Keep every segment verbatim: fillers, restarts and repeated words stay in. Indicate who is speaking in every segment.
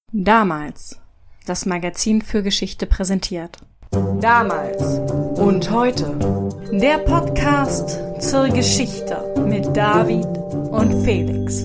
Speaker 1: Damals. Das Magazin für Geschichte präsentiert. Damals und heute. Der Podcast zur Geschichte mit David und Felix.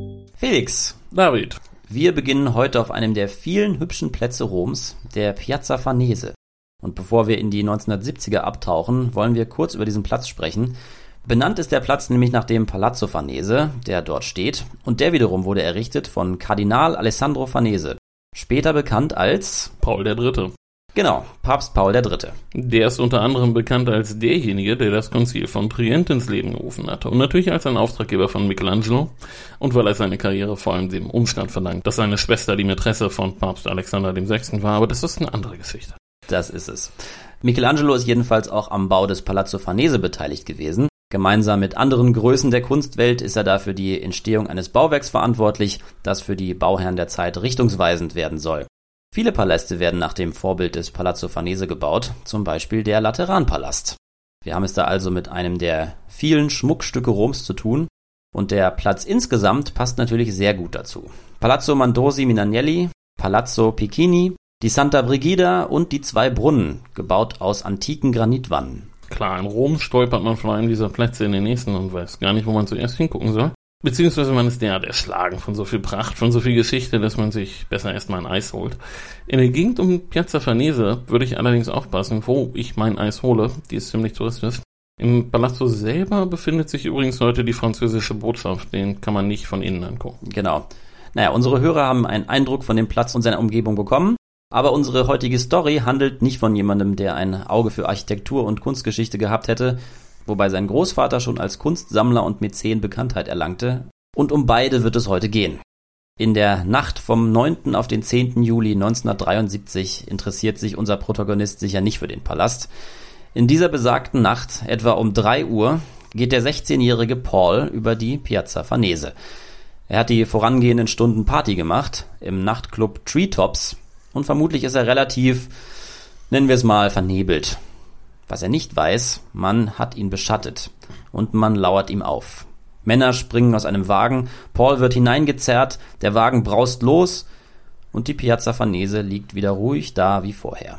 Speaker 2: Felix.
Speaker 3: David.
Speaker 2: Wir beginnen heute auf einem der vielen hübschen Plätze Roms, der Piazza Farnese. Und bevor wir in die neunzehnhundertsiebziger abtauchen, wollen wir kurz über diesen Platz sprechen. Benannt ist der Platz nämlich nach dem Palazzo Farnese, der dort steht, und der wiederum wurde errichtet von Kardinal Alessandro Farnese, später bekannt als
Speaker 3: Paul der Dritte.
Speaker 2: Genau, Papst Paul der Dritte.
Speaker 3: Der ist unter anderem bekannt als derjenige, der das Konzil von Trient ins Leben gerufen hatte und natürlich als ein Auftraggeber von Michelangelo und weil er seine Karriere vor allem dem Umstand verdankt, dass seine Schwester die Mätresse von Papst Alexander der Sechste war, aber das ist eine andere Geschichte.
Speaker 2: Das ist es. Michelangelo ist jedenfalls auch am Bau des Palazzo Farnese beteiligt gewesen. Gemeinsam mit anderen Größen der Kunstwelt ist er dafür die Entstehung eines Bauwerks verantwortlich, das für die Bauherren der Zeit richtungsweisend werden soll. Viele Paläste werden nach dem Vorbild des Palazzo Farnese gebaut, zum Beispiel der Lateranpalast. Wir haben es da also mit einem der vielen Schmuckstücke Roms zu tun und der Platz insgesamt passt natürlich sehr gut dazu. Palazzo Mandosi Minagnelli, Palazzo Picchini, die Santa Brigida und die zwei Brunnen, gebaut aus antiken Granitwannen.
Speaker 3: Klar, in Rom stolpert man von einem dieser Plätze in den nächsten und weiß gar nicht, wo man zuerst hingucken soll. Beziehungsweise man ist derart erschlagen von so viel Pracht, von so viel Geschichte, dass man sich besser erstmal ein Eis holt. In der Gegend um Piazza Farnese würde ich allerdings aufpassen, wo ich mein Eis hole. Die ist ziemlich touristisch. Im Palazzo selber befindet sich übrigens heute die französische Botschaft. Den kann man nicht von innen angucken.
Speaker 2: Genau. Naja, unsere Hörer haben einen Eindruck von dem Platz und seiner Umgebung bekommen. Aber unsere heutige Story handelt nicht von jemandem, der ein Auge für Architektur und Kunstgeschichte gehabt hätte, wobei sein Großvater schon als Kunstsammler und Mäzen Bekanntheit erlangte. Und um beide wird es heute gehen. In der Nacht vom neunten auf den zehnten Juli neunzehnhundertdreiundsiebzig interessiert sich unser Protagonist sicher nicht für den Palast. In dieser besagten Nacht, etwa um drei Uhr, geht der sechzehnjährige Paul über die Piazza Farnese. Er hat die vorangehenden Stunden Party gemacht im Nachtclub Treetops. Und vermutlich ist er relativ, nennen wir es mal, vernebelt. Was er nicht weiß, man hat ihn beschattet und man lauert ihm auf. Männer springen aus einem Wagen, Paul wird hineingezerrt, der Wagen braust los und die Piazza Farnese liegt wieder ruhig da wie vorher.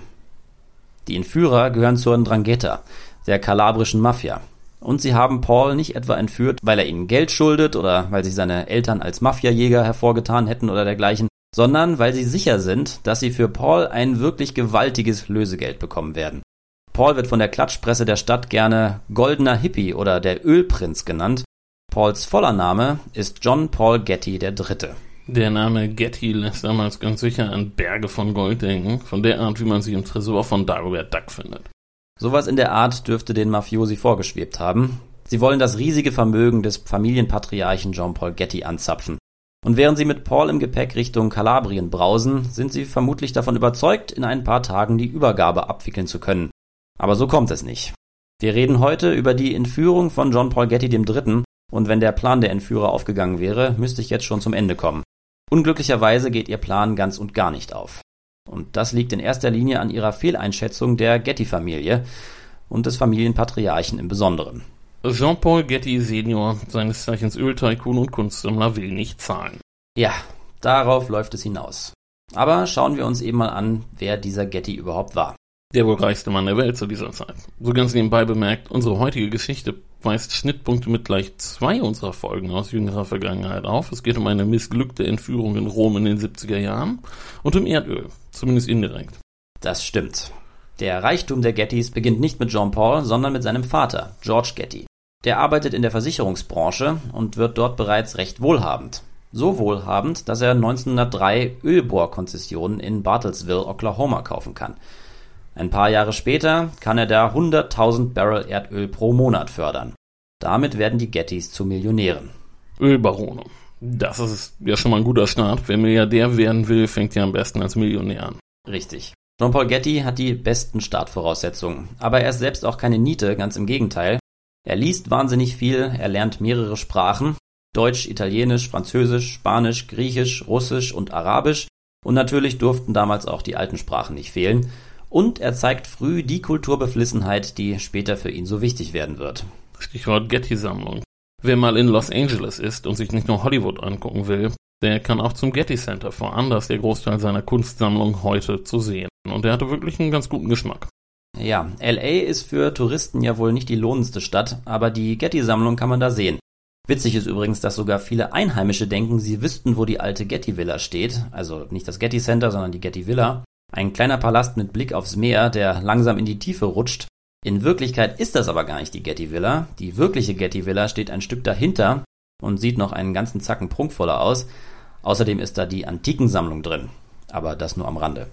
Speaker 2: Die Entführer gehören zur Ndrangheta, der kalabrischen Mafia. Und sie haben Paul nicht etwa entführt, weil er ihnen Geld schuldet oder weil sich seine Eltern als Mafiajäger hervorgetan hätten oder dergleichen, sondern weil sie sicher sind, dass sie für Paul ein wirklich gewaltiges Lösegeld bekommen werden. Paul wird von der Klatschpresse der Stadt gerne Goldener Hippie oder der Ölprinz genannt. Pauls voller Name ist John Paul Getty der Dritte.
Speaker 3: Der Name Getty lässt damals ganz sicher an Berge von Gold denken, von der Art, wie man sie im Tresor von Dagobert Duck findet.
Speaker 2: Sowas in der Art dürfte den Mafiosi vorgeschwebt haben. Sie wollen das riesige Vermögen des Familienpatriarchen John Paul Getty anzapfen. Und während sie mit Paul im Gepäck Richtung Kalabrien brausen, sind sie vermutlich davon überzeugt, in ein paar Tagen die Übergabe abwickeln zu können. Aber so kommt es nicht. Wir reden heute über die Entführung von John Paul Getty dem Dritten und wenn der Plan der Entführer aufgegangen wäre, müsste ich jetzt schon zum Ende kommen. Unglücklicherweise geht ihr Plan ganz und gar nicht auf. Und das liegt in erster Linie an ihrer Fehleinschätzung der Getty-Familie und des Familienpatriarchen im Besonderen.
Speaker 3: Jean Paul Getty Senior, seines Zeichens Öltycoon und Kunstsammler, will nicht zahlen.
Speaker 2: Ja, darauf läuft es hinaus. Aber schauen wir uns eben mal an, wer dieser Getty überhaupt war.
Speaker 3: Der wohl reichste Mann der Welt zu dieser Zeit. So ganz nebenbei bemerkt, unsere heutige Geschichte weist Schnittpunkte mit gleich zwei unserer Folgen aus jüngerer Vergangenheit auf. Es geht um eine missglückte Entführung in Rom in den siebziger Jahren und um Erdöl, zumindest indirekt.
Speaker 2: Das stimmt. Der Reichtum der Gettys beginnt nicht mit Jean Paul, sondern mit seinem Vater, George Getty. Der arbeitet in der Versicherungsbranche und wird dort bereits recht wohlhabend. So wohlhabend, dass er neunzehnhundertdrei Ölbohrkonzessionen in Bartlesville, Oklahoma kaufen kann. Ein paar Jahre später kann er da hunderttausend Barrel Erdöl pro Monat fördern. Damit werden die Gettys zu Millionären.
Speaker 3: Ölbarone. Das ist ja schon mal ein guter Start. Wer Milliardär werden will, fängt ja am besten als Millionär an.
Speaker 2: Richtig. Jean Paul Getty hat die besten Startvoraussetzungen. Aber er ist selbst auch keine Niete, ganz im Gegenteil. Er liest wahnsinnig viel, er lernt mehrere Sprachen. Deutsch, Italienisch, Französisch, Spanisch, Griechisch, Russisch und Arabisch. Und natürlich durften damals auch die alten Sprachen nicht fehlen. Und er zeigt früh die Kulturbeflissenheit, die später für ihn so wichtig werden wird.
Speaker 3: Stichwort Getty-Sammlung. Wer mal in Los Angeles ist und sich nicht nur Hollywood angucken will, Der kann auch zum Getty Center fahren, da ist der Großteil seiner Kunstsammlung heute zu sehen. Und er hatte wirklich einen ganz guten Geschmack.
Speaker 2: Ja, L A ist für Touristen ja wohl nicht die lohnendste Stadt, aber die Getty-Sammlung kann man da sehen. Witzig ist übrigens, dass sogar viele Einheimische denken, sie wüssten, wo die alte Getty-Villa steht. Also nicht das Getty Center, sondern die Getty-Villa. Ein kleiner Palast mit Blick aufs Meer, der langsam in die Tiefe rutscht. In Wirklichkeit ist das aber gar nicht die Getty-Villa. Die wirkliche Getty-Villa steht ein Stück dahinter und sieht noch einen ganzen Zacken prunkvoller aus. Außerdem ist da die Antikensammlung drin. Aber das nur am Rande.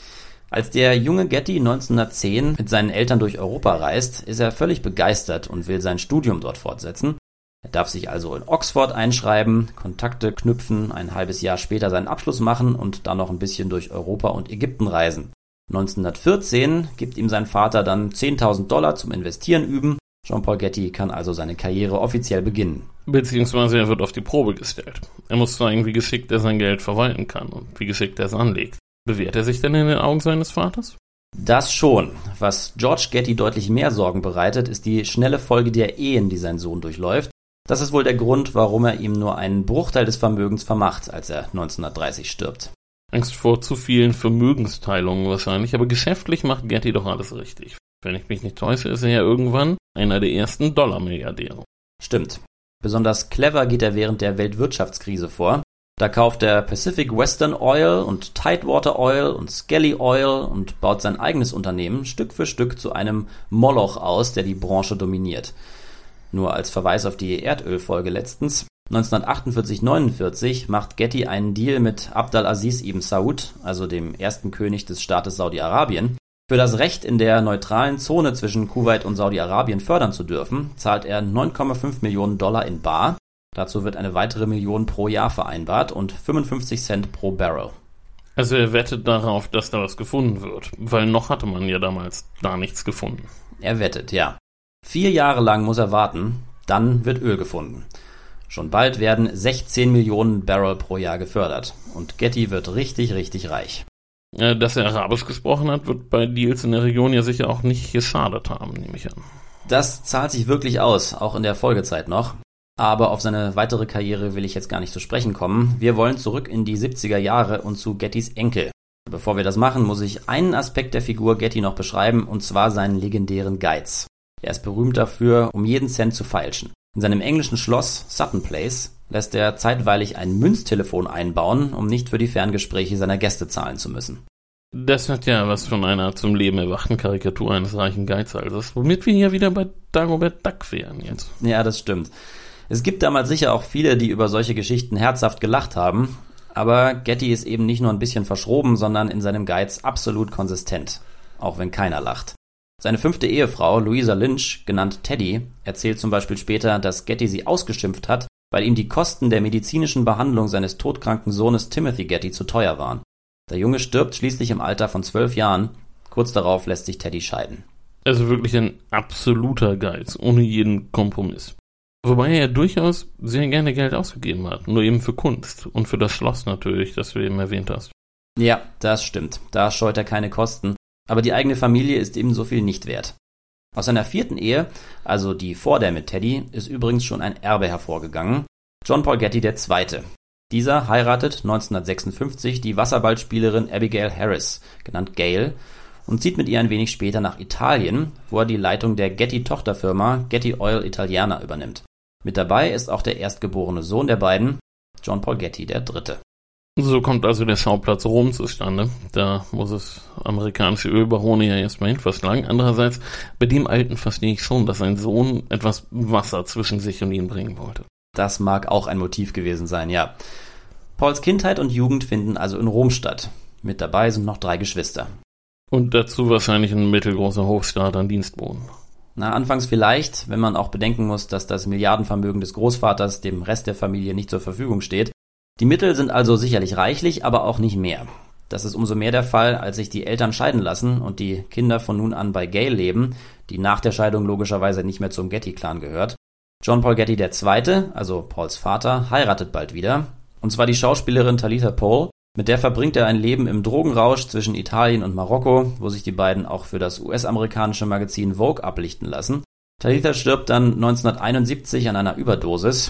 Speaker 2: Als der junge Getty neunzehnhundertzehn mit seinen Eltern durch Europa reist, ist er völlig begeistert und will sein Studium dort fortsetzen. Er darf sich also in Oxford einschreiben, Kontakte knüpfen, ein halbes Jahr später seinen Abschluss machen und dann noch ein bisschen durch Europa und Ägypten reisen. neunzehnhundertvierzehn gibt ihm sein Vater dann zehntausend Dollar zum Investieren üben. Jean-Paul Getty kann also seine Karriere offiziell beginnen.
Speaker 3: Beziehungsweise er wird auf die Probe gestellt. Er muss zeigen, wie geschickt er sein Geld verwalten kann und wie geschickt er es anlegt. Bewährt er sich denn in den Augen seines Vaters?
Speaker 2: Das schon. Was George Getty deutlich mehr Sorgen bereitet, ist die schnelle Folge der Ehen, die sein Sohn durchläuft. Das ist wohl der Grund, warum er ihm nur einen Bruchteil des Vermögens vermacht, als er neunzehnhundertdreißig stirbt.
Speaker 3: Angst vor zu vielen Vermögensteilungen wahrscheinlich, aber geschäftlich macht Getty doch alles richtig. Wenn ich mich nicht täusche, ist er ja irgendwann einer der ersten Dollar-Milliardäre.
Speaker 2: Stimmt. Besonders clever geht er während der Weltwirtschaftskrise vor. Da kauft er Pacific Western Oil und Tidewater Oil und Skelly Oil und baut sein eigenes Unternehmen Stück für Stück zu einem Moloch aus, der die Branche dominiert. Nur als Verweis auf die Erdölfolge letztens. neunzehnhundertachtundvierzig neunundvierzig macht Getty einen Deal mit Abd al-Aziz ibn Saud, also dem ersten König des Staates Saudi-Arabien. Für das Recht, in der neutralen Zone zwischen Kuwait und Saudi-Arabien fördern zu dürfen, zahlt er neun Komma fünf Millionen Dollar in bar. Dazu wird eine weitere Million pro Jahr vereinbart und fünfundfünfzig Cent pro Barrel.
Speaker 3: Also er wettet darauf, dass da was gefunden wird, weil noch hatte man ja damals da nichts gefunden.
Speaker 2: Er wettet, ja. Vier Jahre lang muss er warten, dann wird Öl gefunden. Schon bald werden sechzehn Millionen Barrel pro Jahr gefördert und Getty wird richtig, richtig reich.
Speaker 3: Dass er Arabisch gesprochen hat, wird bei Deals in der Region ja sicher auch nicht geschadet haben, nehme ich an.
Speaker 2: Das zahlt sich wirklich aus, auch in der Folgezeit noch. Aber auf seine weitere Karriere will ich jetzt gar nicht zu sprechen kommen. Wir wollen zurück in die siebziger Jahre und zu Gettys Enkel. Bevor wir das machen, muss ich einen Aspekt der Figur Getty noch beschreiben, und zwar seinen legendären Geiz. Er ist berühmt dafür, um jeden Cent zu feilschen. In seinem englischen Schloss Sutton Place lässt er zeitweilig ein Münztelefon einbauen, um nicht für die Ferngespräche seiner Gäste zahlen zu müssen.
Speaker 3: Das hat ja was von einer zum Leben erwachten Karikatur eines reichen Geizhalses, womit wir ja wieder bei Dagobert Duck wären jetzt.
Speaker 2: Ja, das stimmt. Es gibt damals sicher auch viele, die über solche Geschichten herzhaft gelacht haben, aber Getty ist eben nicht nur ein bisschen verschroben, sondern in seinem Geiz absolut konsistent, auch wenn keiner lacht. Seine fünfte Ehefrau, Louisa Lynch, genannt Teddy, erzählt zum Beispiel später, dass Getty sie ausgeschimpft hat, weil ihm die Kosten der medizinischen Behandlung seines todkranken Sohnes Timothy Getty zu teuer waren. Der Junge stirbt schließlich im Alter von zwölf Jahren. Kurz darauf lässt sich Teddy scheiden.
Speaker 3: Also wirklich ein absoluter Geiz, ohne jeden Kompromiss. Wobei er durchaus sehr gerne Geld ausgegeben hat, nur eben für Kunst und für das Schloss natürlich, das du eben erwähnt hast.
Speaker 2: Ja, das stimmt. Da scheut er keine Kosten. Aber die eigene Familie ist eben so viel nicht wert. Aus seiner vierten Ehe, also die vor der mit Teddy, ist übrigens schon ein Erbe hervorgegangen. John Paul Getty der Zweite. Dieser heiratet neunzehnhundertsechsundfünfzig die Wasserballspielerin Abigail Harris, genannt Gail, und zieht mit ihr ein wenig später nach Italien, wo er die Leitung der Getty-Tochterfirma Getty Oil Italiana übernimmt. Mit dabei ist auch der erstgeborene Sohn der beiden, John Paul Getty der Dritte.
Speaker 3: So kommt also der Schauplatz Rom zustande. Da muss es amerikanische Ölbarone ja erstmal hin verschlagen. Andererseits, bei dem Alten verstehe ich schon, dass sein Sohn etwas Wasser zwischen sich und ihn bringen wollte.
Speaker 2: Das mag auch ein Motiv gewesen sein, ja. Pauls Kindheit und Jugend finden also in Rom statt. Mit dabei sind noch drei Geschwister.
Speaker 3: Und dazu wahrscheinlich ein mittelgroßer Hochstaat an Dienstboden.
Speaker 2: Na, anfangs vielleicht, wenn man auch bedenken muss, dass das Milliardenvermögen des Großvaters dem Rest der Familie nicht zur Verfügung steht. Die Mittel sind also sicherlich reichlich, aber auch nicht mehr. Das ist umso mehr der Fall, als sich die Eltern scheiden lassen und die Kinder von nun an bei Gail leben, die nach der Scheidung logischerweise nicht mehr zum Getty-Clan gehört. John Paul Getty der Zweite, also Pauls Vater, heiratet bald wieder. Und zwar die Schauspielerin Talitha Pole. Mit der verbringt er ein Leben im Drogenrausch zwischen Italien und Marokko, wo sich die beiden auch für das U S-amerikanische Magazin Vogue ablichten lassen. Talitha stirbt dann neunzehnhunderteinundsiebzig an einer Überdosis.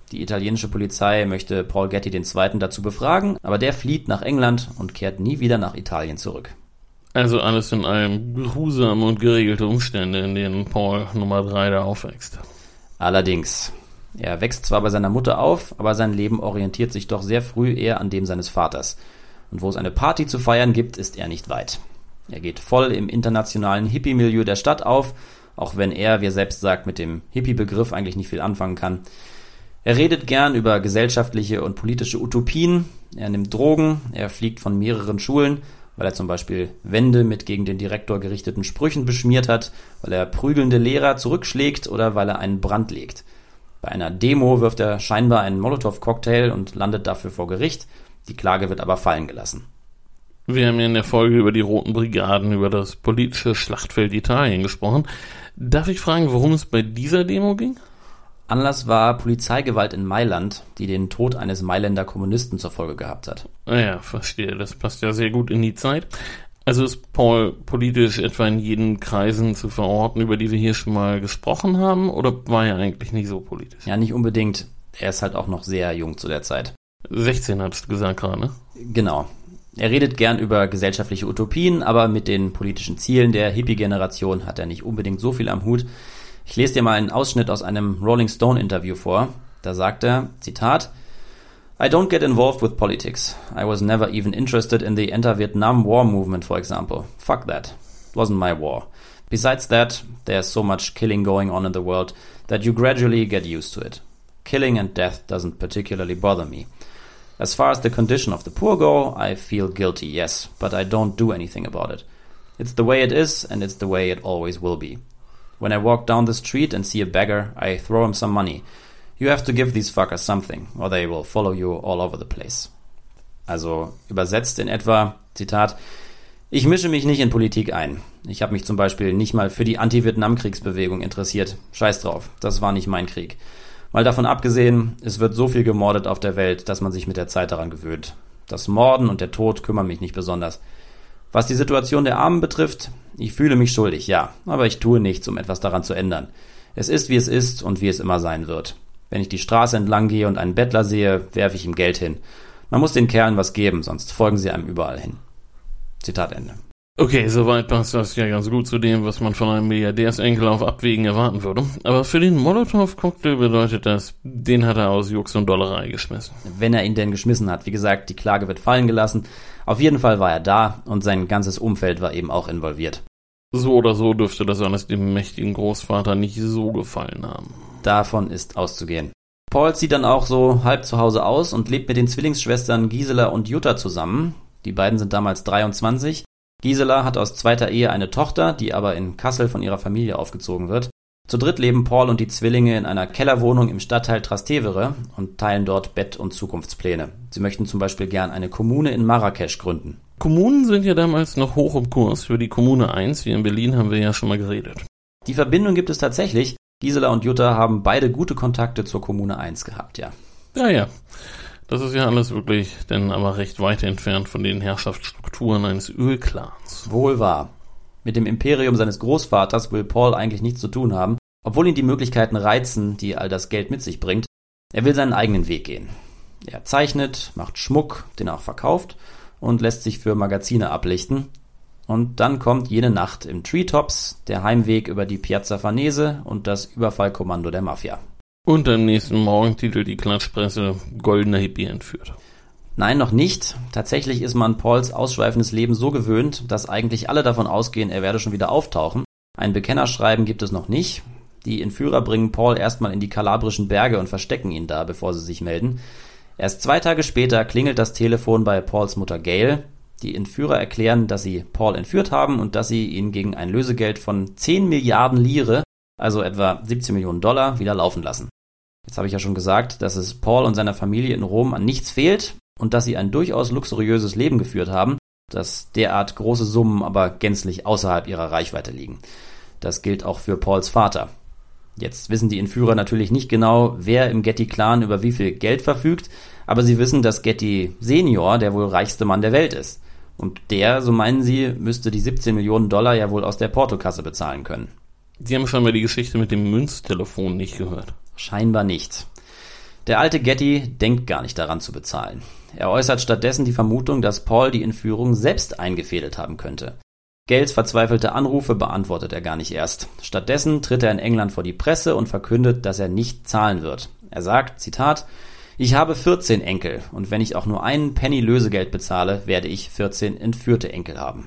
Speaker 2: Die italienische Polizei möchte Paul Getty der Zweite dazu befragen, aber der flieht nach England und kehrt nie wieder nach Italien zurück.
Speaker 3: Also alles in allem grusame und geregelte Umstände, in denen Paul Nummer drei da aufwächst.
Speaker 2: Allerdings. Er wächst zwar bei seiner Mutter auf, aber sein Leben orientiert sich doch sehr früh eher an dem seines Vaters. Und wo es eine Party zu feiern gibt, ist er nicht weit. Er geht voll im internationalen Hippie-Milieu der Stadt auf, auch wenn er, wie er selbst sagt, mit dem Hippie-Begriff eigentlich nicht viel anfangen kann. Er redet gern über gesellschaftliche und politische Utopien, er nimmt Drogen, er fliegt von mehreren Schulen, weil er zum Beispiel Wände mit gegen den Direktor gerichteten Sprüchen beschmiert hat, weil er prügelnde Lehrer zurückschlägt oder weil er einen Brand legt. Bei einer Demo wirft er scheinbar einen Molotow-Cocktail und landet dafür vor Gericht, die Klage wird aber fallen gelassen.
Speaker 3: Wir haben ja in der Folge über die Roten Brigaden, über das politische Schlachtfeld Italien gesprochen. Darf ich fragen, worum es bei dieser Demo ging?
Speaker 2: Anlass war Polizeigewalt in Mailand, die den Tod eines Mailänder Kommunisten zur Folge gehabt hat.
Speaker 3: Ah ja, verstehe. Das passt ja sehr gut in die Zeit. Also ist Paul politisch etwa in jeden Kreisen zu verorten, über die wir hier schon mal gesprochen haben, oder war er eigentlich nicht so politisch?
Speaker 2: Ja, nicht unbedingt. Er ist halt auch noch sehr jung zu der Zeit.
Speaker 3: sechzehn hattest du gesagt gerade, ne?
Speaker 2: Genau. Er redet gern über gesellschaftliche Utopien, aber mit den politischen Zielen der Hippie-Generation hat er nicht unbedingt so viel am Hut. Ich lese dir mal einen Ausschnitt aus einem Rolling Stone-Interview vor. Da sagt er, Zitat, I don't get involved with politics. I was never even interested in the anti-Vietnam War movement, for example. Fuck that. It wasn't my war. Besides that, there's so much killing going on in the world that you gradually get used to it. Killing and death doesn't particularly bother me. As far as the condition of the poor go, I feel guilty, yes, but I don't do anything about it. It's the way it is, and it's the way it always will be. When I walk down the street and see a beggar, I throw him some money. You have to give these fuckers something, or they will follow you all over the place. Also übersetzt in etwa, Zitat, ich mische mich nicht in Politik ein. Ich habe mich zum Beispiel nicht mal für die Anti-Vietnam-Kriegsbewegung interessiert. Scheiß drauf, das war nicht mein Krieg. Mal davon abgesehen, es wird so viel gemordet auf der Welt, dass man sich mit der Zeit daran gewöhnt. Das Morden und der Tod kümmern mich nicht besonders. Was die Situation der Armen betrifft, ich fühle mich schuldig, ja, aber ich tue nichts, um etwas daran zu ändern. Es ist, wie es ist und wie es immer sein wird. Wenn ich die Straße entlang gehe und einen Bettler sehe, werfe ich ihm Geld hin. Man muss den Kerlen was geben, sonst folgen sie einem überall hin. Zitat Ende.
Speaker 3: Okay, soweit passt das ja ganz gut zu dem, was man von einem Milliardärsenkel auf Abwägen erwarten würde. Aber für den Molotow-Cocktail bedeutet das, den hat er aus Jux und Dollerei geschmissen.
Speaker 2: Wenn er ihn denn geschmissen hat. Wie gesagt, die Klage wird fallen gelassen. Auf jeden Fall war er da und sein ganzes Umfeld war eben auch involviert.
Speaker 3: So oder so dürfte das alles dem mächtigen Großvater nicht so gefallen haben.
Speaker 2: Davon ist auszugehen. Paul sieht dann auch so halb zu Hause aus und lebt mit den Zwillingsschwestern Gisela und Jutta zusammen. Die beiden sind damals dreiundzwanzig. Gisela hat aus zweiter Ehe eine Tochter, die aber in Kassel von ihrer Familie aufgezogen wird. Zu dritt leben Paul und die Zwillinge in einer Kellerwohnung im Stadtteil Trastevere und teilen dort Bett- und Zukunftspläne. Sie möchten zum Beispiel gern eine Kommune in Marrakesch gründen.
Speaker 3: Kommunen sind ja damals noch hoch im Kurs. Für die Kommune eins, wie in Berlin, haben wir ja schon mal geredet.
Speaker 2: Die Verbindung gibt es tatsächlich. Gisela und Jutta haben beide gute Kontakte zur Kommune eins gehabt, ja.
Speaker 3: Ja, ja. Das ist ja alles wirklich, denn aber recht weit entfernt von den Herrschaftsstrukturen eines Ölclans.
Speaker 2: Wohl wahr. Mit dem Imperium seines Großvaters will Paul eigentlich nichts zu tun haben, obwohl ihn die Möglichkeiten reizen, die all das Geld mit sich bringt. Er will seinen eigenen Weg gehen. Er zeichnet, macht Schmuck, den er auch verkauft und lässt sich für Magazine ablichten. Und dann kommt jene Nacht im Treetops, der Heimweg über die Piazza Farnese und das Überfallkommando der Mafia.
Speaker 3: Und am nächsten Morgen titelt die Klatschpresse Goldener Hippie entführt.
Speaker 2: Nein, noch nicht. Tatsächlich ist man Pauls ausschweifendes Leben so gewöhnt, dass eigentlich alle davon ausgehen, er werde schon wieder auftauchen. Ein Bekennerschreiben gibt es noch nicht. Die Entführer bringen Paul erstmal in die kalabrischen Berge und verstecken ihn da, bevor sie sich melden. Erst zwei Tage später klingelt das Telefon bei Pauls Mutter Gail. Die Entführer erklären, dass sie Paul entführt haben und dass sie ihn gegen ein Lösegeld von zehn Milliarden Lire, also etwa siebzehn Millionen Dollar, wieder laufen lassen. Jetzt habe ich ja schon gesagt, dass es Paul und seiner Familie in Rom an nichts fehlt und dass sie ein durchaus luxuriöses Leben geführt haben, dass derart große Summen aber gänzlich außerhalb ihrer Reichweite liegen. Das gilt auch für Pauls Vater. Jetzt wissen die Entführer natürlich nicht genau, wer im Getty-Clan über wie viel Geld verfügt, aber sie wissen, dass Getty Senior der wohl reichste Mann der Welt ist. Und der, so meinen sie, müsste die siebzehn Millionen Dollar ja wohl aus der Portokasse bezahlen können.
Speaker 3: Sie haben scheinbar die Geschichte mit dem Münztelefon nicht gehört.
Speaker 2: Scheinbar nicht. Der alte Getty denkt gar nicht daran zu bezahlen. Er äußert stattdessen die Vermutung, dass Paul die Entführung selbst eingefädelt haben könnte. Gales verzweifelte Anrufe beantwortet er gar nicht erst. Stattdessen tritt er in England vor die Presse und verkündet, dass er nicht zahlen wird. Er sagt, Zitat, »Ich habe vierzehn Enkel und wenn ich auch nur einen Penny Lösegeld bezahle, werde ich vierzehn entführte Enkel haben.«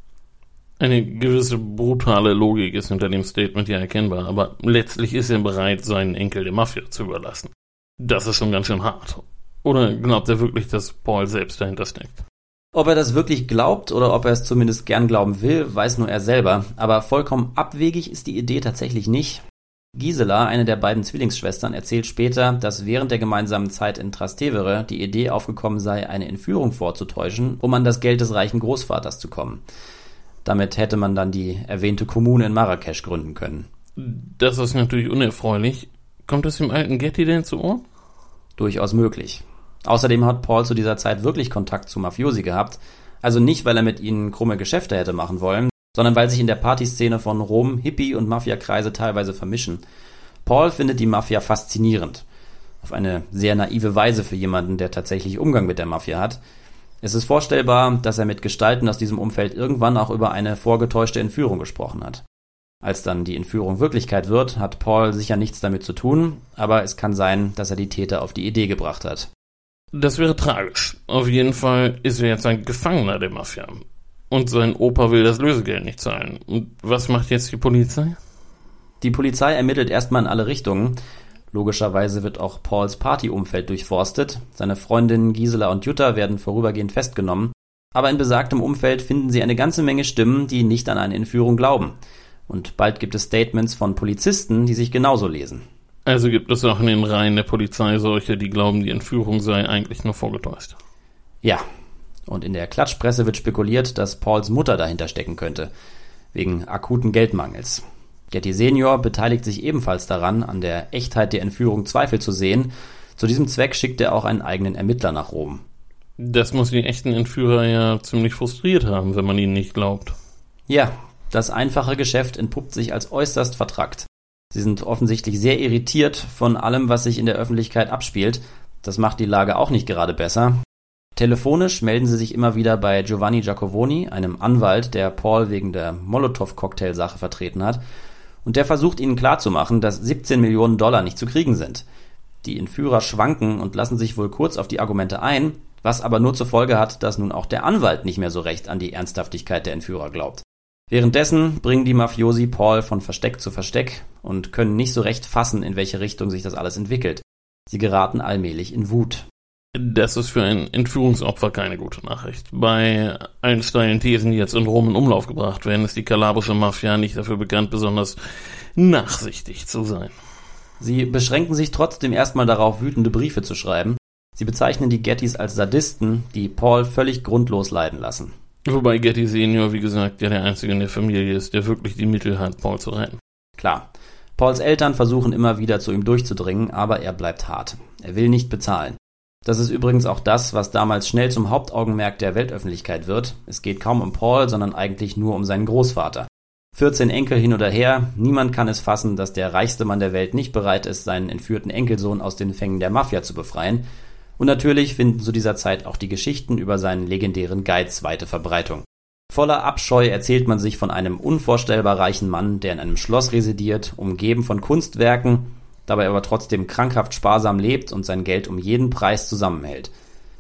Speaker 3: Eine gewisse brutale Logik ist hinter dem Statement ja erkennbar, aber letztlich ist er bereit, seinen Enkel der Mafia zu überlassen. Das ist schon ganz schön hart. Oder glaubt er wirklich, dass Paul selbst dahinter steckt?
Speaker 2: Ob er das wirklich glaubt oder ob er es zumindest gern glauben will, weiß nur er selber. Aber vollkommen abwegig ist die Idee tatsächlich nicht. Gisela, eine der beiden Zwillingsschwestern, erzählt später, dass während der gemeinsamen Zeit in Trastevere die Idee aufgekommen sei, eine Entführung vorzutäuschen, um an das Geld des reichen Großvaters zu kommen. Damit hätte man dann die erwähnte Kommune in Marrakesch gründen können.
Speaker 3: Das ist natürlich unerfreulich. Kommt es dem alten Getty denn zu Ohren?
Speaker 2: Durchaus möglich. Außerdem hat Paul zu dieser Zeit wirklich Kontakt zu Mafiosi gehabt. Also nicht, weil er mit ihnen krumme Geschäfte hätte machen wollen, sondern weil sich in der Partyszene von Rom Hippie- und Mafiakreise teilweise vermischen. Paul findet die Mafia faszinierend. Auf eine sehr naive Weise für jemanden, der tatsächlich Umgang mit der Mafia hat. Es ist vorstellbar, dass er mit Gestalten aus diesem Umfeld irgendwann auch über eine vorgetäuschte Entführung gesprochen hat. Als dann die Entführung Wirklichkeit wird, hat Paul sicher nichts damit zu tun, aber es kann sein, dass er die Täter auf die Idee gebracht hat.
Speaker 3: Das wäre tragisch. Auf jeden Fall ist er jetzt ein Gefangener der Mafia. Und sein Opa will das Lösegeld nicht zahlen. Und was macht jetzt die Polizei?
Speaker 2: Die Polizei ermittelt erstmal in alle Richtungen. Logischerweise wird auch Pauls Partyumfeld durchforstet. Seine Freundinnen Gisela und Jutta werden vorübergehend festgenommen. Aber in besagtem Umfeld finden sie eine ganze Menge Stimmen, die nicht an eine Entführung glauben. Und bald gibt es Statements von Polizisten, die sich genauso lesen.
Speaker 3: Also gibt es auch in den Reihen der Polizei solche, die glauben, die Entführung sei eigentlich nur vorgetäuscht.
Speaker 2: Ja, und in der Klatschpresse wird spekuliert, dass Pauls Mutter dahinter stecken könnte, wegen akuten Geldmangels. Getty Senior beteiligt sich ebenfalls daran, an der Echtheit der Entführung Zweifel zu sehen. Zu diesem Zweck schickt er auch einen eigenen Ermittler nach Rom.
Speaker 3: Das muss die echten Entführer ja ziemlich frustriert haben, wenn man ihnen nicht glaubt.
Speaker 2: Ja, das einfache Geschäft entpuppt sich als äußerst vertrackt. Sie sind offensichtlich sehr irritiert von allem, was sich in der Öffentlichkeit abspielt. Das macht die Lage auch nicht gerade besser. Telefonisch melden sie sich immer wieder bei Giovanni Giacovoni, einem Anwalt, der Paul wegen der Molotow-Cocktail-Sache vertreten hat. Und der versucht ihnen klarzumachen, dass siebzehn Millionen Dollar nicht zu kriegen sind. Die Entführer schwanken und lassen sich wohl kurz auf die Argumente ein, was aber nur zur Folge hat, dass nun auch der Anwalt nicht mehr so recht an die Ernsthaftigkeit der Entführer glaubt. Währenddessen bringen die Mafiosi Paul von Versteck zu Versteck und können nicht so recht fassen, in welche Richtung sich das alles entwickelt. Sie geraten allmählich in Wut.
Speaker 3: Das ist für ein Entführungsopfer keine gute Nachricht. Bei allen steilen Thesen, die jetzt in Rom in Umlauf gebracht werden, ist die kalabrische Mafia nicht dafür bekannt, besonders nachsichtig zu sein.
Speaker 2: Sie beschränken sich trotzdem erstmal darauf, wütende Briefe zu schreiben. Sie bezeichnen die Gettys als Sadisten, die Paul völlig grundlos leiden lassen.
Speaker 3: Wobei Getty Senior, wie gesagt, ja der Einzige in der Familie ist, der wirklich die Mittel hat, Paul zu retten.
Speaker 2: Klar. Pauls Eltern versuchen immer wieder zu ihm durchzudringen, aber er bleibt hart. Er will nicht bezahlen. Das ist übrigens auch das, was damals schnell zum Hauptaugenmerk der Weltöffentlichkeit wird. Es geht kaum um Paul, sondern eigentlich nur um seinen Großvater. vierzehn Enkel hin oder her, niemand kann es fassen, dass der reichste Mann der Welt nicht bereit ist, seinen entführten Enkelsohn aus den Fängen der Mafia zu befreien. Und natürlich finden zu dieser Zeit auch die Geschichten über seinen legendären Geiz weite Verbreitung. Voller Abscheu erzählt man sich von einem unvorstellbar reichen Mann, der in einem Schloss residiert, umgeben von Kunstwerken, dabei aber trotzdem krankhaft sparsam lebt und sein Geld um jeden Preis zusammenhält.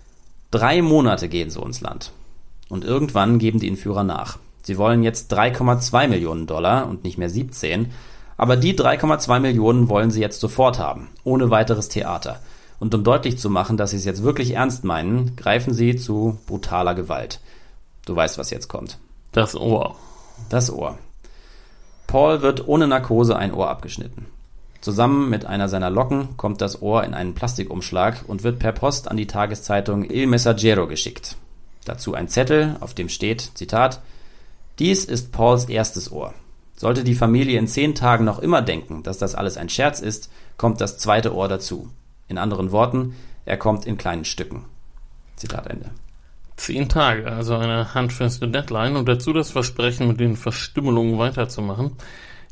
Speaker 2: Drei Monate gehen so ins Land. Und irgendwann geben die Entführer nach. Sie wollen jetzt drei Komma zwei Millionen Dollar und nicht mehr siebzehn, aber die drei Komma zwei Millionen wollen sie jetzt sofort haben, ohne weiteres Theater. Und um deutlich zu machen, dass sie es jetzt wirklich ernst meinen, greifen sie zu brutaler Gewalt. Du weißt, was jetzt kommt.
Speaker 3: Das Ohr.
Speaker 2: Das Ohr. Paul wird ohne Narkose ein Ohr abgeschnitten. Zusammen mit einer seiner Locken kommt das Ohr in einen Plastikumschlag und wird per Post an die Tageszeitung Il Messaggero geschickt. Dazu ein Zettel, auf dem steht, Zitat, dies ist Pauls erstes Ohr. Sollte die Familie in zehn Tagen noch immer denken, dass das alles ein Scherz ist, kommt das zweite Ohr dazu. In anderen Worten, er kommt in kleinen Stücken. Zitat Ende.
Speaker 3: Zehn Tage, also eine handfeste Deadline und dazu das Versprechen, mit den Verstümmelungen weiterzumachen.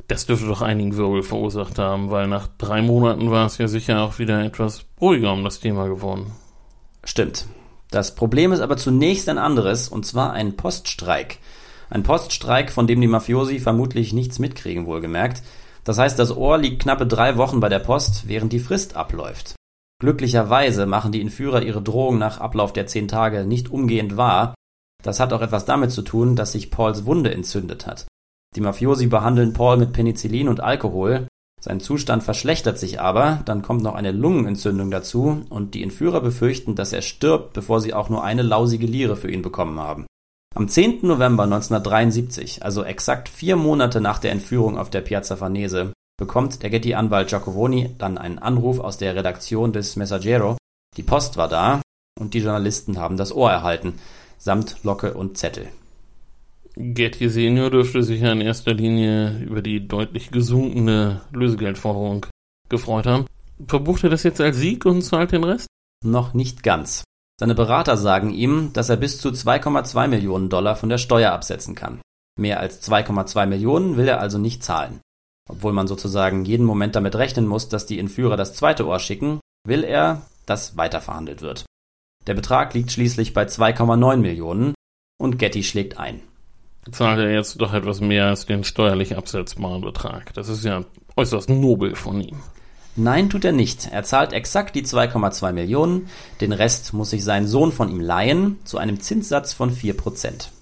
Speaker 3: Das dürfte doch einigen Wirbel verursacht haben, weil nach drei Monaten war es ja sicher auch wieder etwas ruhiger um das Thema geworden.
Speaker 2: Stimmt. Das Problem ist aber zunächst ein anderes, und zwar ein Poststreik. Ein Poststreik, von dem die Mafiosi vermutlich nichts mitkriegen, wohlgemerkt. Das heißt, das Ohr liegt knappe drei Wochen bei der Post, während die Frist abläuft. Glücklicherweise machen die Entführer ihre Drohung nach Ablauf der zehn Tage nicht umgehend wahr. Das hat auch etwas damit zu tun, dass sich Pauls Wunde entzündet hat. Die Mafiosi behandeln Paul mit Penicillin und Alkohol. Sein Zustand verschlechtert sich aber, dann kommt noch eine Lungenentzündung dazu und die Entführer befürchten, dass er stirbt, bevor sie auch nur eine lausige Lire für ihn bekommen haben. Am zehnten November neunzehnhundertdreiundsiebzig, also exakt vier Monate nach der Entführung auf der Piazza Farnese, bekommt der Getty-Anwalt Giacovoni dann einen Anruf aus der Redaktion des Messaggero. Die Post war da und die Journalisten haben das Ohr erhalten, samt Locke und Zettel.
Speaker 3: Getty Senior dürfte sich ja in erster Linie über die deutlich gesunkene Lösegeldforderung gefreut haben. Verbucht er das jetzt als Sieg und zahlt den Rest?
Speaker 2: Noch nicht ganz. Seine Berater sagen ihm, dass er bis zu zwei Komma zwei Millionen Dollar von der Steuer absetzen kann. Mehr als zwei Komma zwei Millionen will er also nicht zahlen. Obwohl man sozusagen jeden Moment damit rechnen muss, dass die Entführer das zweite Ohr schicken, will er, dass weiterverhandelt wird. Der Betrag liegt schließlich bei zwei Komma neun Millionen und Getty schlägt ein.
Speaker 3: Zahlt er jetzt doch etwas mehr als den steuerlich absetzbaren Betrag. Das ist ja äußerst nobel von ihm.
Speaker 2: Nein, tut er nicht. Er zahlt exakt die zwei Komma zwei Millionen. Den Rest muss sich sein Sohn von ihm leihen, zu einem Zinssatz von vier Prozent.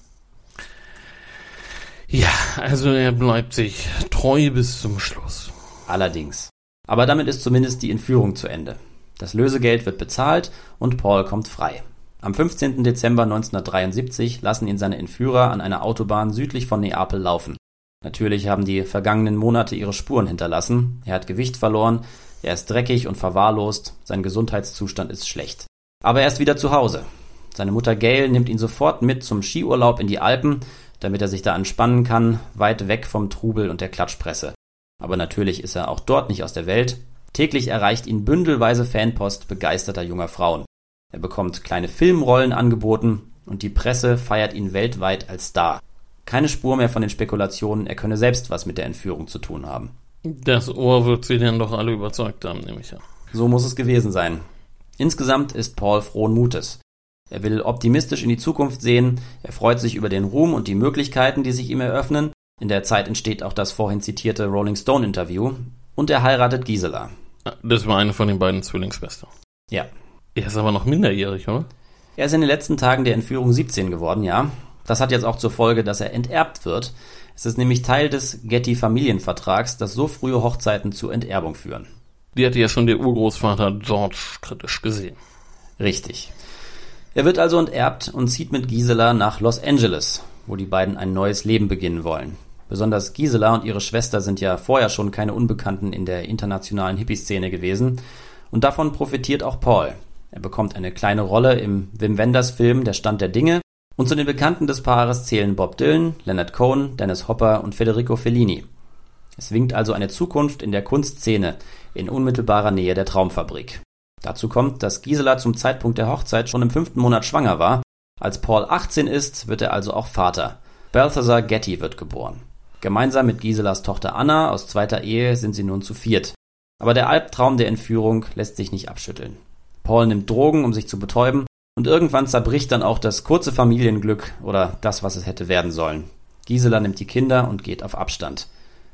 Speaker 3: Ja, also er bleibt sich treu bis zum Schluss.
Speaker 2: Allerdings. Aber damit ist zumindest die Entführung zu Ende. Das Lösegeld wird bezahlt und Paul kommt frei. Am fünfzehnten Dezember neunzehnhundertdreiundsiebzig lassen ihn seine Entführer an einer Autobahn südlich von Neapel laufen. Natürlich haben die vergangenen Monate ihre Spuren hinterlassen. Er hat Gewicht verloren, er ist dreckig und verwahrlost, sein Gesundheitszustand ist schlecht. Aber er ist wieder zu Hause. Seine Mutter Gail nimmt ihn sofort mit zum Skiurlaub in die Alpen, damit er sich da entspannen kann, weit weg vom Trubel und der Klatschpresse. Aber natürlich ist er auch dort nicht aus der Welt. Täglich erreicht ihn bündelweise Fanpost begeisterter junger Frauen. Er bekommt kleine Filmrollen angeboten und die Presse feiert ihn weltweit als Star. Keine Spur mehr von den Spekulationen, er könne selbst was mit der Entführung zu tun haben.
Speaker 3: Das Ohr wird sie denn doch alle überzeugt haben, nehme ich an.
Speaker 2: So muss es gewesen sein. Insgesamt ist Paul frohen Mutes. Er will optimistisch in die Zukunft sehen, er freut sich über den Ruhm und die Möglichkeiten, die sich ihm eröffnen. In der Zeit entsteht auch das vorhin zitierte Rolling Stone Interview und er heiratet Gisela.
Speaker 3: Das war eine von den beiden Zwillingsschwestern.
Speaker 2: Ja.
Speaker 3: Er ist aber noch minderjährig, oder?
Speaker 2: Er ist in den letzten Tagen der Entführung siebzehn geworden, ja. Das hat jetzt auch zur Folge, dass er enterbt wird. Es ist nämlich Teil des Getty-Familienvertrags, dass so frühe Hochzeiten zur Enterbung führen.
Speaker 3: Die hatte ja schon der Urgroßvater George kritisch gesehen.
Speaker 2: Richtig. Er wird also enterbt und zieht mit Gisela nach Los Angeles, wo die beiden ein neues Leben beginnen wollen. Besonders Gisela und ihre Schwester sind ja vorher schon keine Unbekannten in der internationalen Hippie-Szene gewesen. Und davon profitiert auch Paul. Er bekommt eine kleine Rolle im Wim Wenders-Film Der Stand der Dinge. Und zu den Bekannten des Paares zählen Bob Dylan, Leonard Cohen, Dennis Hopper und Federico Fellini. Es winkt also eine Zukunft in der Kunstszene in unmittelbarer Nähe der Traumfabrik. Dazu kommt, dass Gisela zum Zeitpunkt der Hochzeit schon im fünften Monat schwanger war. Als Paul achtzehn ist, wird er also auch Vater. Balthazar Getty wird geboren. Gemeinsam mit Giselas Tochter Anna aus zweiter Ehe sind sie nun zu viert. Aber der Albtraum der Entführung lässt sich nicht abschütteln. Paul nimmt Drogen, um sich zu betäuben, und irgendwann zerbricht dann auch das kurze Familienglück oder das, was es hätte werden sollen. Gisela nimmt die Kinder und geht auf Abstand.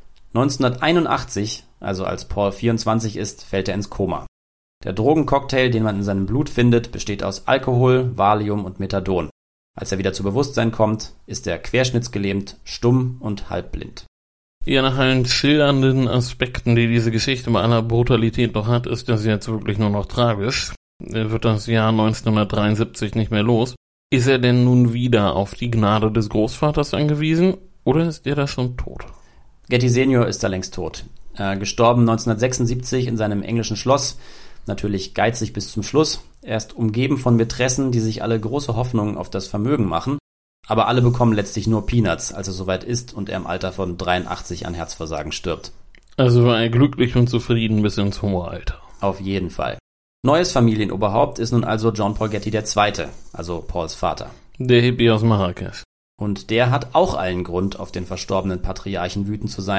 Speaker 2: neunzehnhunderteinundachtzig, also als Paul vierundzwanzig ist, fällt er ins Koma. Der Drogencocktail, den man in seinem Blut findet, besteht aus Alkohol, Valium und Methadon. Als er wieder zu Bewusstsein kommt, ist er querschnittsgelähmt, stumm und halbblind.
Speaker 3: Ja, nach allen schildernden Aspekten, die diese Geschichte bei aller Brutalität noch hat, ist das jetzt wirklich nur noch tragisch. Er wird das Jahr neunzehnhundertdreiundsiebzig nicht mehr los. Ist er denn nun wieder auf die Gnade des Großvaters angewiesen oder ist er da schon tot?
Speaker 2: Getty Senior ist da längst tot. Äh, gestorben neunzehnhundertsechsundsiebzig in seinem englischen Schloss. Natürlich geizig bis zum Schluss. Er ist umgeben von Mätressen, die sich alle große Hoffnungen auf das Vermögen machen. Aber alle bekommen letztlich nur Peanuts, als es soweit ist und er im Alter von dreiundachtzig an Herzversagen stirbt.
Speaker 3: Also war er glücklich und zufrieden bis ins hohe Alter.
Speaker 2: Auf jeden Fall. Neues Familienoberhaupt ist nun also John Paul Getty der Zweite, also Pauls Vater.
Speaker 3: Der Hippie aus Marrakesch.
Speaker 2: Und der hat auch allen Grund, auf den verstorbenen Patriarchen wütend zu sein.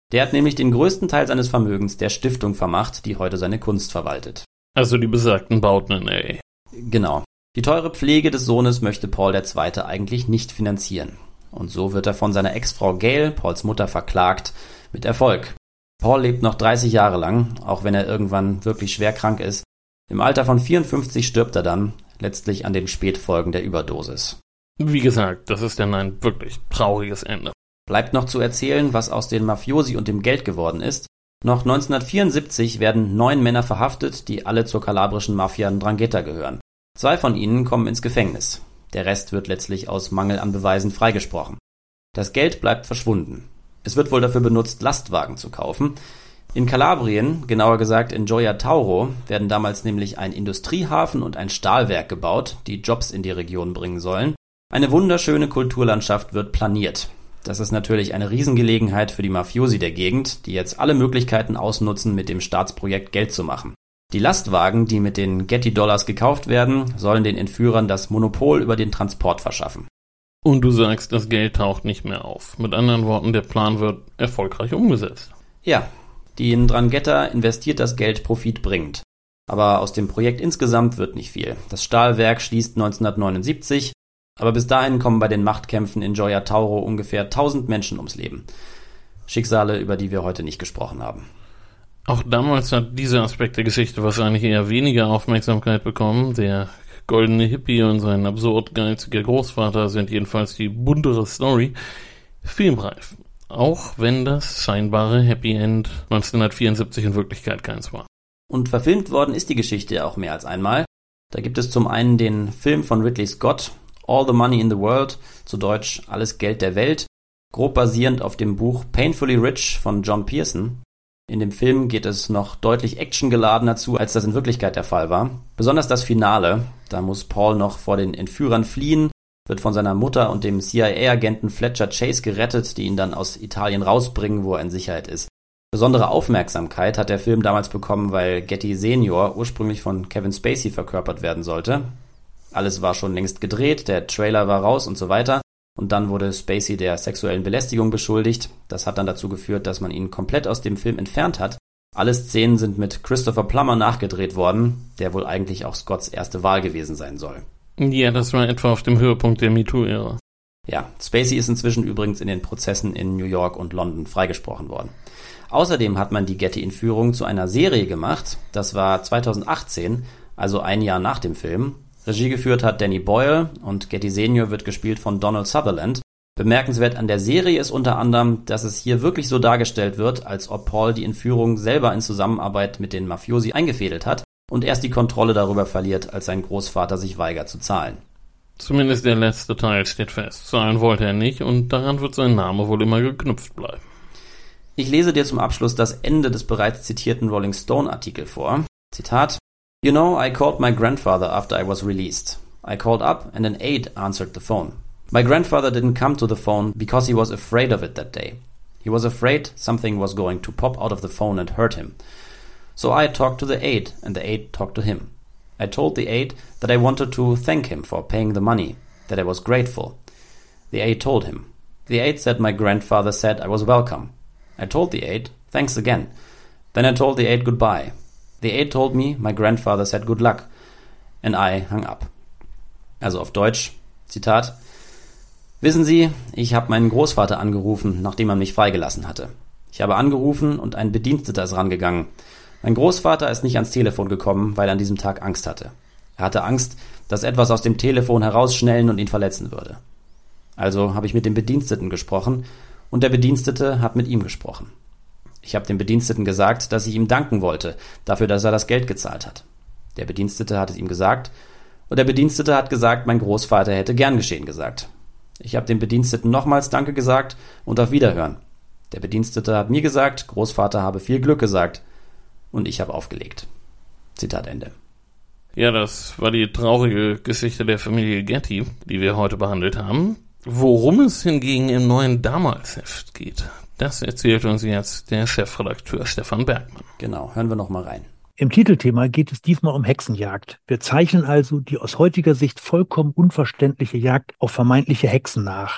Speaker 2: Der hat nämlich den größten Teil seines Vermögens der Stiftung vermacht, die heute seine Kunst verwaltet.
Speaker 3: Also die besagten Bauten in L A.
Speaker 2: Genau. Die teure Pflege des Sohnes möchte Paul der Zweite eigentlich nicht finanzieren. Und so wird er von seiner Ex-Frau Gail, Pauls Mutter, verklagt, mit Erfolg. Paul lebt noch dreißig Jahre lang, auch wenn er irgendwann wirklich schwer krank ist. Im Alter von vierundfünfzig stirbt er dann, letztlich an den Spätfolgen der Überdosis.
Speaker 3: Wie gesagt, das ist dann ein wirklich trauriges Ende.
Speaker 2: Bleibt noch zu erzählen, was aus den Mafiosi und dem Geld geworden ist. Noch neunzehnhundertvierundsiebzig werden neun Männer verhaftet, die alle zur kalabrischen Mafia 'Ndrangheta gehören. Zwei von ihnen kommen ins Gefängnis. Der Rest wird letztlich aus Mangel an Beweisen freigesprochen. Das Geld bleibt verschwunden. Es wird wohl dafür benutzt, Lastwagen zu kaufen. In Kalabrien, genauer gesagt in Gioia Tauro, werden damals nämlich ein Industriehafen und ein Stahlwerk gebaut, die Jobs in die Region bringen sollen. Eine wunderschöne Kulturlandschaft wird planiert. Das ist natürlich eine Riesengelegenheit für die Mafiosi der Gegend, die jetzt alle Möglichkeiten ausnutzen, mit dem Staatsprojekt Geld zu machen. Die Lastwagen, die mit den Getty-Dollars gekauft werden, sollen den Entführern das Monopol über den Transport verschaffen.
Speaker 3: Und du sagst, das Geld taucht nicht mehr auf. Mit anderen Worten, der Plan wird erfolgreich umgesetzt.
Speaker 2: Ja, die 'Ndrangheta investiert das Geld profitbringend. Aber aus dem Projekt insgesamt wird nicht viel. Das Stahlwerk schließt neunzehnhundertneunundsiebzig, aber bis dahin kommen bei den Machtkämpfen in Gioia Tauro ungefähr tausend Menschen ums Leben. Schicksale, über die wir heute nicht gesprochen haben.
Speaker 3: Auch damals hat dieser Aspekt der Geschichte wahrscheinlich eher weniger Aufmerksamkeit bekommen. Der goldene Hippie und sein absurd geiziger Großvater sind jedenfalls die buntere Story. Filmreif. Auch wenn das scheinbare Happy End neunzehnhundertvierundsiebzig in Wirklichkeit keins war.
Speaker 2: Und verfilmt worden ist die Geschichte auch mehr als einmal. Da gibt es zum einen den Film von Ridley Scott, All the Money in the World, zu Deutsch Alles Geld der Welt, grob basierend auf dem Buch Painfully Rich von John Pearson. In dem Film geht es noch deutlich actiongeladener zu, als das in Wirklichkeit der Fall war. Besonders das Finale, da muss Paul noch vor den Entführern fliehen, wird von seiner Mutter und dem C I A-Agenten Fletcher Chase gerettet, die ihn dann aus Italien rausbringen, wo er in Sicherheit ist. Besondere Aufmerksamkeit hat der Film damals bekommen, weil Getty Senior ursprünglich von Kevin Spacey verkörpert werden sollte. Alles war schon längst gedreht, der Trailer war raus und so weiter. Und dann wurde Spacey der sexuellen Belästigung beschuldigt. Das hat dann dazu geführt, dass man ihn komplett aus dem Film entfernt hat. Alle Szenen sind mit Christopher Plummer nachgedreht worden, der wohl eigentlich auch Scotts erste Wahl gewesen sein soll.
Speaker 3: Ja, das war etwa auf dem Höhepunkt der MeToo-Ära.
Speaker 2: Ja, Spacey ist inzwischen übrigens in den Prozessen in New York und London freigesprochen worden. Außerdem hat man die Getty-Entführung zu einer Serie gemacht. Das war zweitausendachtzehn, also ein Jahr nach dem Film. Regie geführt hat Danny Boyle und Getty Senior wird gespielt von Donald Sutherland. Bemerkenswert an der Serie ist unter anderem, dass es hier wirklich so dargestellt wird, als ob Paul die Entführung selber in Zusammenarbeit mit den Mafiosi eingefädelt hat und erst die Kontrolle darüber verliert, als sein Großvater sich weigert zu zahlen.
Speaker 3: Zumindest der letzte Teil steht fest. Zahlen wollte er nicht und daran wird sein Name wohl immer geknüpft bleiben.
Speaker 2: Ich lese dir zum Abschluss das Ende des bereits zitierten Rolling Stone-Artikel vor. Zitat: You know, I called my grandfather after I was released. I called up and an aide answered the phone. My grandfather didn't come to the phone because he was afraid of it that day. He was afraid something was going to pop out of the phone and hurt him. So I talked to the aide and the aide talked to him. I told the aide that I wanted to thank him for paying the money, that I was grateful. The aide told him. The aide said my grandfather said I was welcome. I told the aide, thanks again. Then I told the aide goodbye. The aide told me my grandfather said good luck. And I hung up. Also auf Deutsch, Zitat: Wissen Sie, ich habe meinen Großvater angerufen, nachdem er mich freigelassen hatte. Ich habe angerufen und ein Bediensteter ist rangegangen. Mein Großvater ist nicht ans Telefon gekommen, weil er an diesem Tag Angst hatte. Er hatte Angst, dass etwas aus dem Telefon herausschnellen und ihn verletzen würde. Also habe ich mit dem Bediensteten gesprochen und der Bedienstete hat mit ihm gesprochen. Ich habe dem Bediensteten gesagt, dass ich ihm danken wollte, dafür, dass er das Geld gezahlt hat. Der Bedienstete hat es ihm gesagt und der Bedienstete hat gesagt, mein Großvater hätte gern geschehen gesagt. Ich habe dem Bediensteten nochmals Danke gesagt und auf Wiederhören. Der Bedienstete hat mir gesagt, Großvater habe viel Glück gesagt und ich habe aufgelegt. Zitat Ende.
Speaker 3: Ja, das war die traurige Geschichte der Familie Getty, die wir heute behandelt haben. Worum es hingegen im neuen Damals-Heft geht, das erzählt uns jetzt der Chefredakteur Stefan Bergmann.
Speaker 2: Genau, hören wir noch mal rein.
Speaker 4: Im Titelthema geht es diesmal um Hexenjagd. Wir zeichnen also die aus heutiger Sicht vollkommen unverständliche Jagd auf vermeintliche Hexen nach.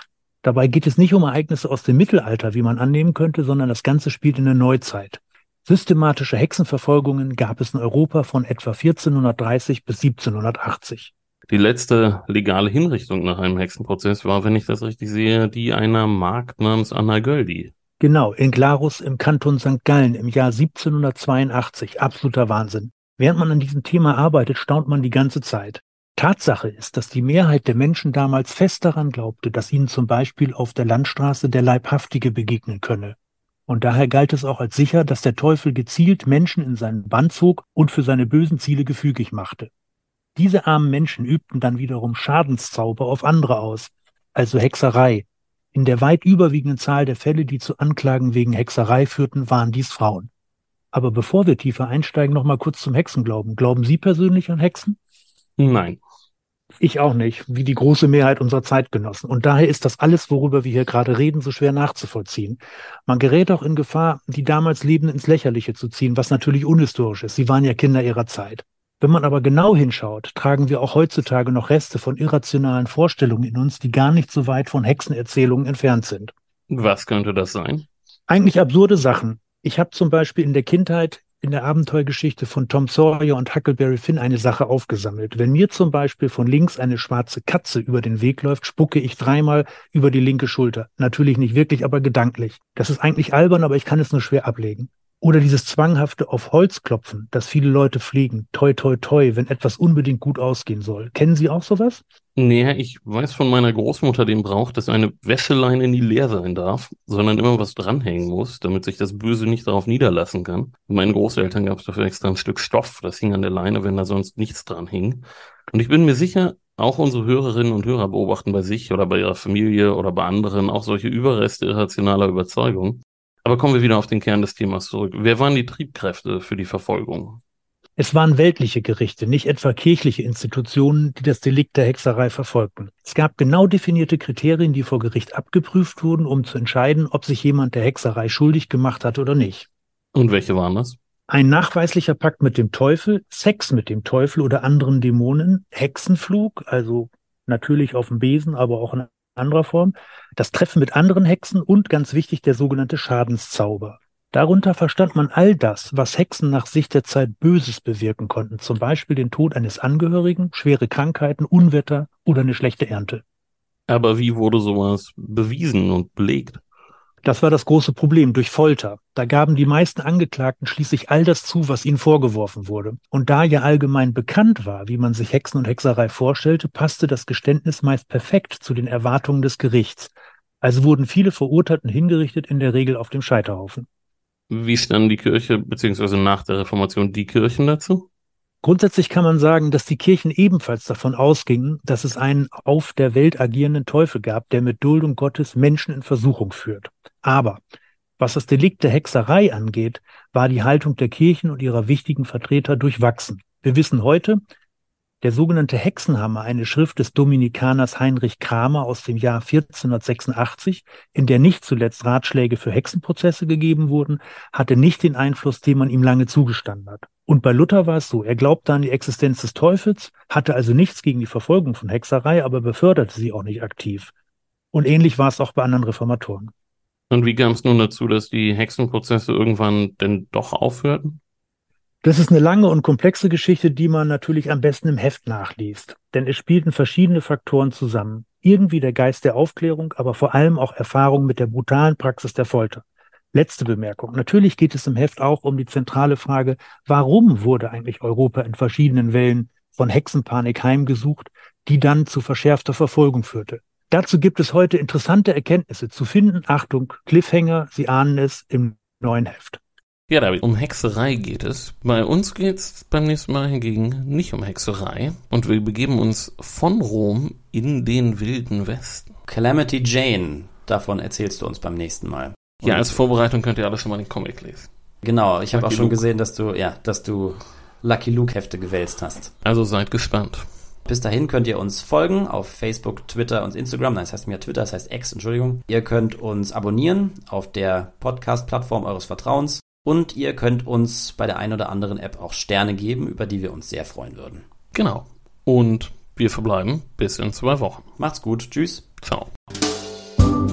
Speaker 4: Dabei geht es nicht um Ereignisse aus dem Mittelalter, wie man annehmen könnte, sondern das Ganze spielt in der Neuzeit. Systematische Hexenverfolgungen gab es in Europa von etwa vierzehnhundertdreißig bis siebzehnhundertachtzig.
Speaker 3: Die letzte legale Hinrichtung nach einem Hexenprozess war, wenn ich das richtig sehe, die einer Magd namens Anna Göldi.
Speaker 4: Genau, in Glarus im Kanton Sankt Gallen im Jahr siebzehnhundertzweiundachtzig. Absoluter Wahnsinn. Während man an diesem Thema arbeitet, staunt man die ganze Zeit. Tatsache ist, dass die Mehrheit der Menschen damals fest daran glaubte, dass ihnen zum Beispiel auf der Landstraße der Leibhaftige begegnen könne. Und daher galt es auch als sicher, dass der Teufel gezielt Menschen in seinen Bann zog und für seine bösen Ziele gefügig machte. Diese armen Menschen übten dann wiederum Schadenszauber auf andere aus, also Hexerei. In der weit überwiegenden Zahl der Fälle, die zu Anklagen wegen Hexerei führten, waren dies Frauen. Aber bevor wir tiefer einsteigen, noch mal kurz zum Hexenglauben. Glauben Sie persönlich an Hexen?
Speaker 3: Nein.
Speaker 4: Ich auch nicht, wie die große Mehrheit unserer Zeitgenossen. Und daher ist das alles, worüber wir hier gerade reden, so schwer nachzuvollziehen. Man gerät auch in Gefahr, die damals Lebenden ins Lächerliche zu ziehen, was natürlich unhistorisch ist. Sie waren ja Kinder ihrer Zeit. Wenn man aber genau hinschaut, tragen wir auch heutzutage noch Reste von irrationalen Vorstellungen in uns, die gar nicht so weit von Hexenerzählungen entfernt sind.
Speaker 3: Was könnte das sein?
Speaker 4: Eigentlich absurde Sachen. Ich habe zum Beispiel in der Kindheit in der Abenteuergeschichte von Tom Sawyer und Huckleberry Finn eine Sache aufgesammelt. Wenn mir zum Beispiel von links eine schwarze Katze über den Weg läuft, spucke ich dreimal über die linke Schulter. Natürlich nicht wirklich, aber gedanklich. Das ist eigentlich albern, aber ich kann es nur schwer ablegen. Oder dieses zwanghafte auf Holz klopfen, das viele Leute pflegen. Toi, toi, toi, wenn etwas unbedingt gut ausgehen soll. Kennen Sie auch sowas?
Speaker 3: Nee, ich weiß von meiner Großmutter den Brauch, dass eine Wäscheleine nie leer sein darf, sondern immer was dranhängen muss, damit sich das Böse nicht darauf niederlassen kann. Bei meinen Großeltern gab es dafür extra ein Stück Stoff, das hing an der Leine, wenn da sonst nichts dran hing. Und ich bin mir sicher, auch unsere Hörerinnen und Hörer beobachten bei sich oder bei ihrer Familie oder bei anderen auch solche Überreste irrationaler Überzeugung. Aber kommen wir wieder auf den Kern des Themas zurück. Wer waren die Triebkräfte für die Verfolgung?
Speaker 4: Es waren weltliche Gerichte, nicht etwa kirchliche Institutionen, die das Delikt der Hexerei verfolgten. Es gab genau definierte Kriterien, die vor Gericht abgeprüft wurden, um zu entscheiden, ob sich jemand der Hexerei schuldig gemacht hat oder nicht.
Speaker 3: Und welche waren das?
Speaker 4: Ein nachweislicher Pakt mit dem Teufel, Sex mit dem Teufel oder anderen Dämonen, Hexenflug, also natürlich auf dem Besen, aber auch in anderer Form, das Treffen mit anderen Hexen und, ganz wichtig, der sogenannte Schadenszauber. Darunter verstand man all das, was Hexen nach Sicht der Zeit Böses bewirken konnten, zum Beispiel den Tod eines Angehörigen, schwere Krankheiten, Unwetter oder eine schlechte Ernte.
Speaker 3: Aber wie wurde sowas bewiesen und belegt?
Speaker 4: Das war das große Problem, durch Folter. Da gaben die meisten Angeklagten schließlich all das zu, was ihnen vorgeworfen wurde. Und da ja allgemein bekannt war, wie man sich Hexen und Hexerei vorstellte, passte das Geständnis meist perfekt zu den Erwartungen des Gerichts. Also wurden viele Verurteilten hingerichtet, in der Regel auf dem Scheiterhaufen.
Speaker 3: Wie standen die Kirche bzw. nach der Reformation die Kirchen dazu?
Speaker 4: Grundsätzlich kann man sagen, dass die Kirchen ebenfalls davon ausgingen, dass es einen auf der Welt agierenden Teufel gab, der mit Duldung Gottes Menschen in Versuchung führt. Aber was das Delikt der Hexerei angeht, war die Haltung der Kirchen und ihrer wichtigen Vertreter durchwachsen. Wir wissen heute, der sogenannte Hexenhammer, eine Schrift des Dominikaners Heinrich Kramer aus dem Jahr vierzehnhundertsechsundachtzig, in der nicht zuletzt Ratschläge für Hexenprozesse gegeben wurden, hatte nicht den Einfluss, den man ihm lange zugestanden hat. Und bei Luther war es so, er glaubte an die Existenz des Teufels, hatte also nichts gegen die Verfolgung von Hexerei, aber beförderte sie auch nicht aktiv. Und ähnlich war es auch bei anderen Reformatoren.
Speaker 3: Und wie kam es nun dazu, dass die Hexenprozesse irgendwann denn doch aufhörten?
Speaker 4: Das ist eine lange und komplexe Geschichte, die man natürlich am besten im Heft nachliest. Denn es spielten verschiedene Faktoren zusammen. Irgendwie der Geist der Aufklärung, aber vor allem auch Erfahrung mit der brutalen Praxis der Folter. Letzte Bemerkung. Natürlich geht es im Heft auch um die zentrale Frage, warum wurde eigentlich Europa in verschiedenen Wellen von Hexenpanik heimgesucht, die dann zu verschärfter Verfolgung führte. Dazu gibt es heute interessante Erkenntnisse zu finden. Achtung, Cliffhanger, Sie ahnen es, im neuen Heft.
Speaker 3: Ja, David, um Hexerei geht es. Bei uns geht es beim nächsten Mal hingegen nicht um Hexerei. Und wir begeben uns von Rom in den Wilden Westen.
Speaker 2: Calamity Jane, davon erzählst du uns beim nächsten Mal. Und
Speaker 3: ja, als Vorbereitung könnt ihr alles schon mal den Comic lesen.
Speaker 2: Genau, ich habe auch schon
Speaker 3: Luke.
Speaker 2: gesehen, dass du, ja, dass du Lucky Luke Hefte gewälzt hast.
Speaker 3: Also seid gespannt.
Speaker 2: Bis dahin könnt ihr uns folgen auf Facebook, Twitter und Instagram. Nein, das heißt mir Twitter, das heißt X, Entschuldigung. Ihr könnt uns abonnieren auf der Podcast-Plattform eures Vertrauens. Und ihr könnt uns bei der einen oder anderen App auch Sterne geben, über die wir uns sehr freuen würden.
Speaker 3: Genau. Und wir verbleiben bis in zwei Wochen.
Speaker 2: Macht's gut. Tschüss.
Speaker 3: Ciao.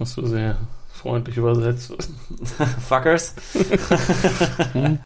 Speaker 3: hast du sehr freundlich übersetzt.
Speaker 2: Fuckers.